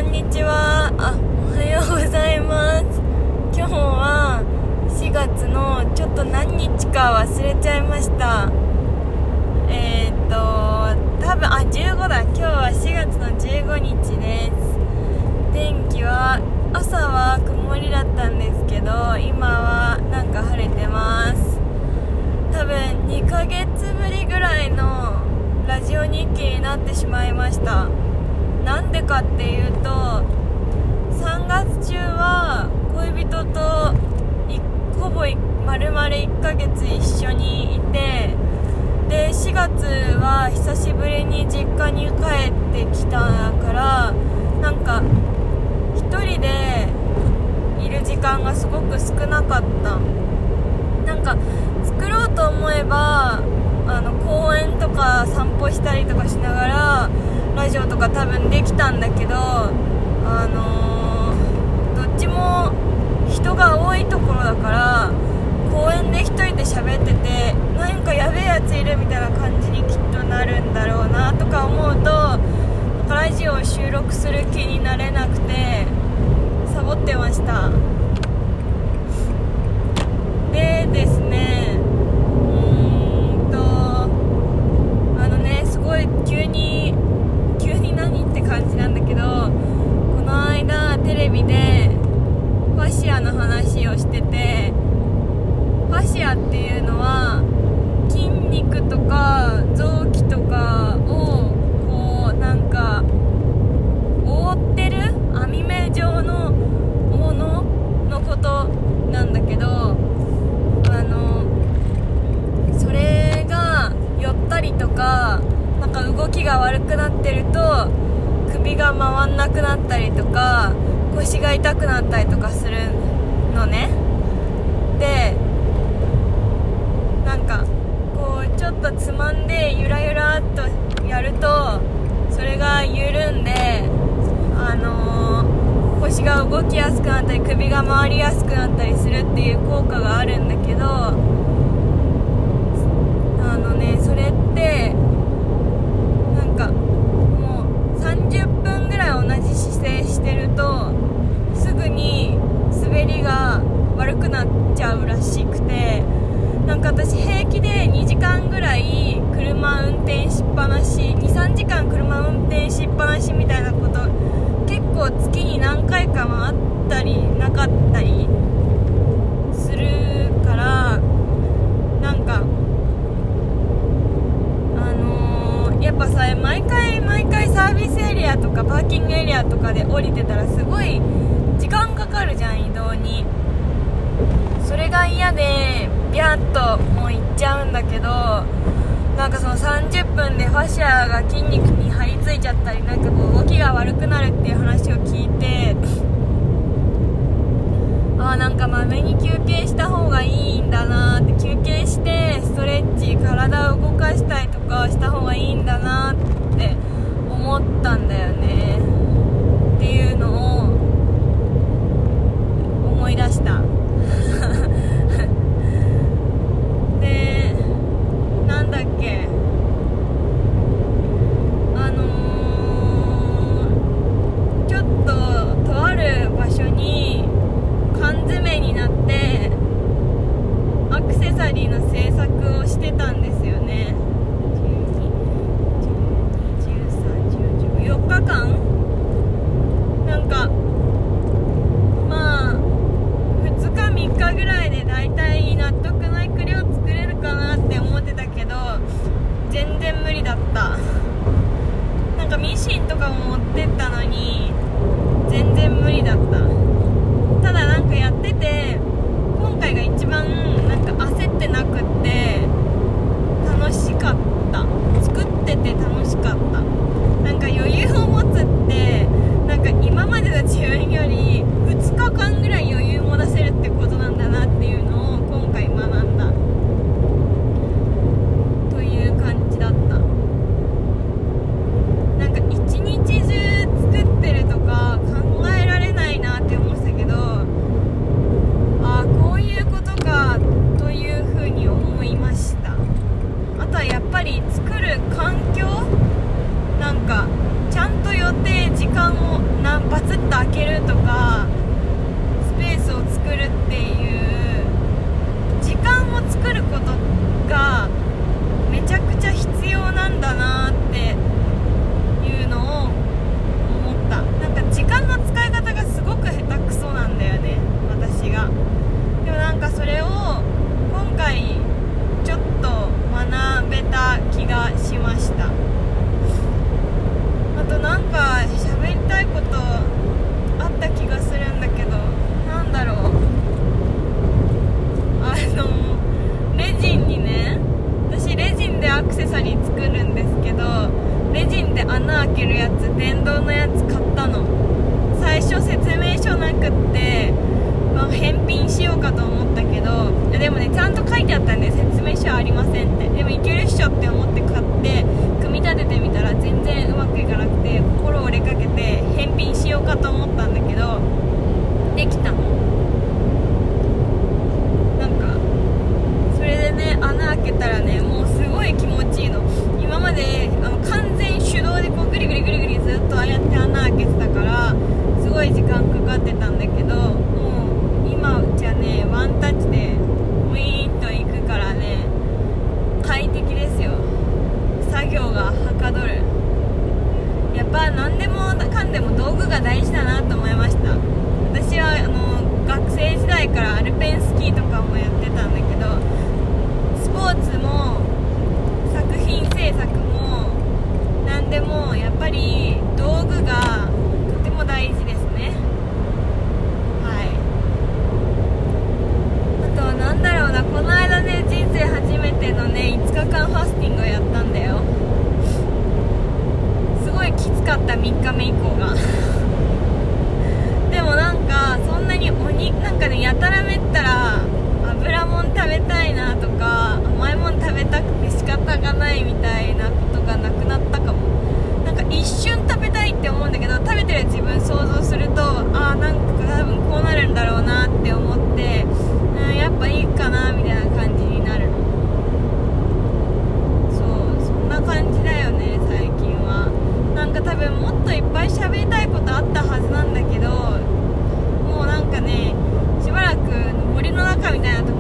んにちは。おはようございます。今日は4月のちょっと何日か忘れちゃいました。多分15だ。今日は4月の15日です。天気は朝は曇りだったんですけど、今はなんか晴れてます。多分2ヶ月ぶりぐらいのラジオ日記になってしまいました。なんでかっていうと、3月中は恋人とほぼ丸々1ヶ月一緒にいて、で4月は久しぶりに実家に帰ってきたから、なんか一人でいる時間がすごく少なかった。なんか作ろうと思えば公園とか散歩したりとかしながらラジオとか多分できたんだけど、どっちも人が多いところだから、公園で一人で喋っててなんかやべえやついるみたいな感じにきっとなるんだろうなとか思うと、ラジオを収録する気になれなくてサボってました。でですね、すごい急に何って感じなんだけど、この間テレビでファシアの話をしてて、ファシアっていうのは筋肉とか臓器とかをこうなんか覆ってる網目状のもののことなんだけど、それが寄ったりとか、なんか動きが悪くなってると首が回んなくなったりとか腰が痛くなったりとかするのね。でなんかこうちょっとつまんでゆらゆらっとやるとそれが緩んで、腰が動きやすくなったり首が回りやすくなったりするっていう効果があるんだけど、それってなんかもう30分ぐらい同じ姿勢してるとすぐに滑りが悪くなっちゃうらしくて、なんか私平気で2時間ぐらい車運転しっぱなし、 2,3 時間車運転しっぱなしみたいなこと結構月に何回かもあったりなかったりするから、なんかやっぱさ、毎回サービスエリアとかパーキングエリアとかで降りてたらすごい時間かかるじゃん、移動に。それが嫌でビャッともう行っちゃうんだけど、なんかその30分でファシアが筋肉に張り付いちゃったり、なんかこう動きが悪くなるっていう話を聞いて、なんかまめに休憩した方がいいんだなって、休憩してストレッチ、体を動かしたりとかした方がいいんだなって思ったんだよねっていうのを思い出したで、なんだっけ、ちょっととある場所に缶詰になってアクセサリーの制作をしてたんですよね。4日間なんかまあ2日3日ぐらいでだいたい納得のいく量作れるかなって思ってたけど全然無理だった。なんかミシンとかも持ってったのに全然無理だった。ただなんかやってて今回が一番なんか焦ってなくって楽しかった。作ってて楽しかった。なんか余裕を持つってなんか今までの自分より2日間ぐらい余裕も出せるってことなんだなっていうのを今回学んだという感じだった。なんか一日中作ってるとか考えられないなって思ってたけど、こういうことかというふうに思いました。あとはやっぱり作る環境、なんかちゃんと予定時間を何バツッと開けるとかスペースを作るっていう時間を作ることがめちゃくちゃ必要なんだなっていうのを思った。なんか時間の使い方がすごく下手くそなんだよね、私が。でもなんかそれを今回ちょっと学べた気がしました。あとなんか喋りたいことあった気がするんだけど、なんだろう、レジンにね、私レジンでアクセサリー作るんですけど、レジンで穴開けるやつ、電動のやつ買ったの。最初説明書なくって、返品しようかと思ったけど、でもねちゃんと書いてあったんで説明書ありませんって。でもいけるっしょって思って買って組み立ててみたら全然うまくいかなくて心折れかけて返品しようかと思ったんだけど、できたの。なんかそれでね穴開けたらねもうすごい気持ちいいの。今まで完全手動でこうグリグリグリグリずっとああやって穴開けてたからすごい時間かかってたんだけど、もう今じゃねワンタッチでウィーンと行くからね快適ですよ。作業がはかどる。やっぱ何でもかんでも道具が大事だなと思いました。私は学生時代からアルペンスキーとかもやってたんだけど、スポーツも作品制作も何でもやっぱり道具がとても大事ですね。はい。あとはなんだろうな、この間ね人生初めてのね5日間ファスティングをやったんだよ。すごいきつかった、3日目以降がでもなんかそんなになんかねやたらめったら油もん食べたいなとか甘いもん食べたくて仕方がないみたいなことがなくなったかも。なんか一瞬食べたいって思うんだけど、食べてる自分想像するとなんか多分こうなるんだろうなって思って、やっぱいいかなみたいな感じになるの。そんな感じだよね最近は。なんか多分もっといっぱい喋りたいことあったはずなんだけど、もうなんかねしばらく森の中みたいなとこ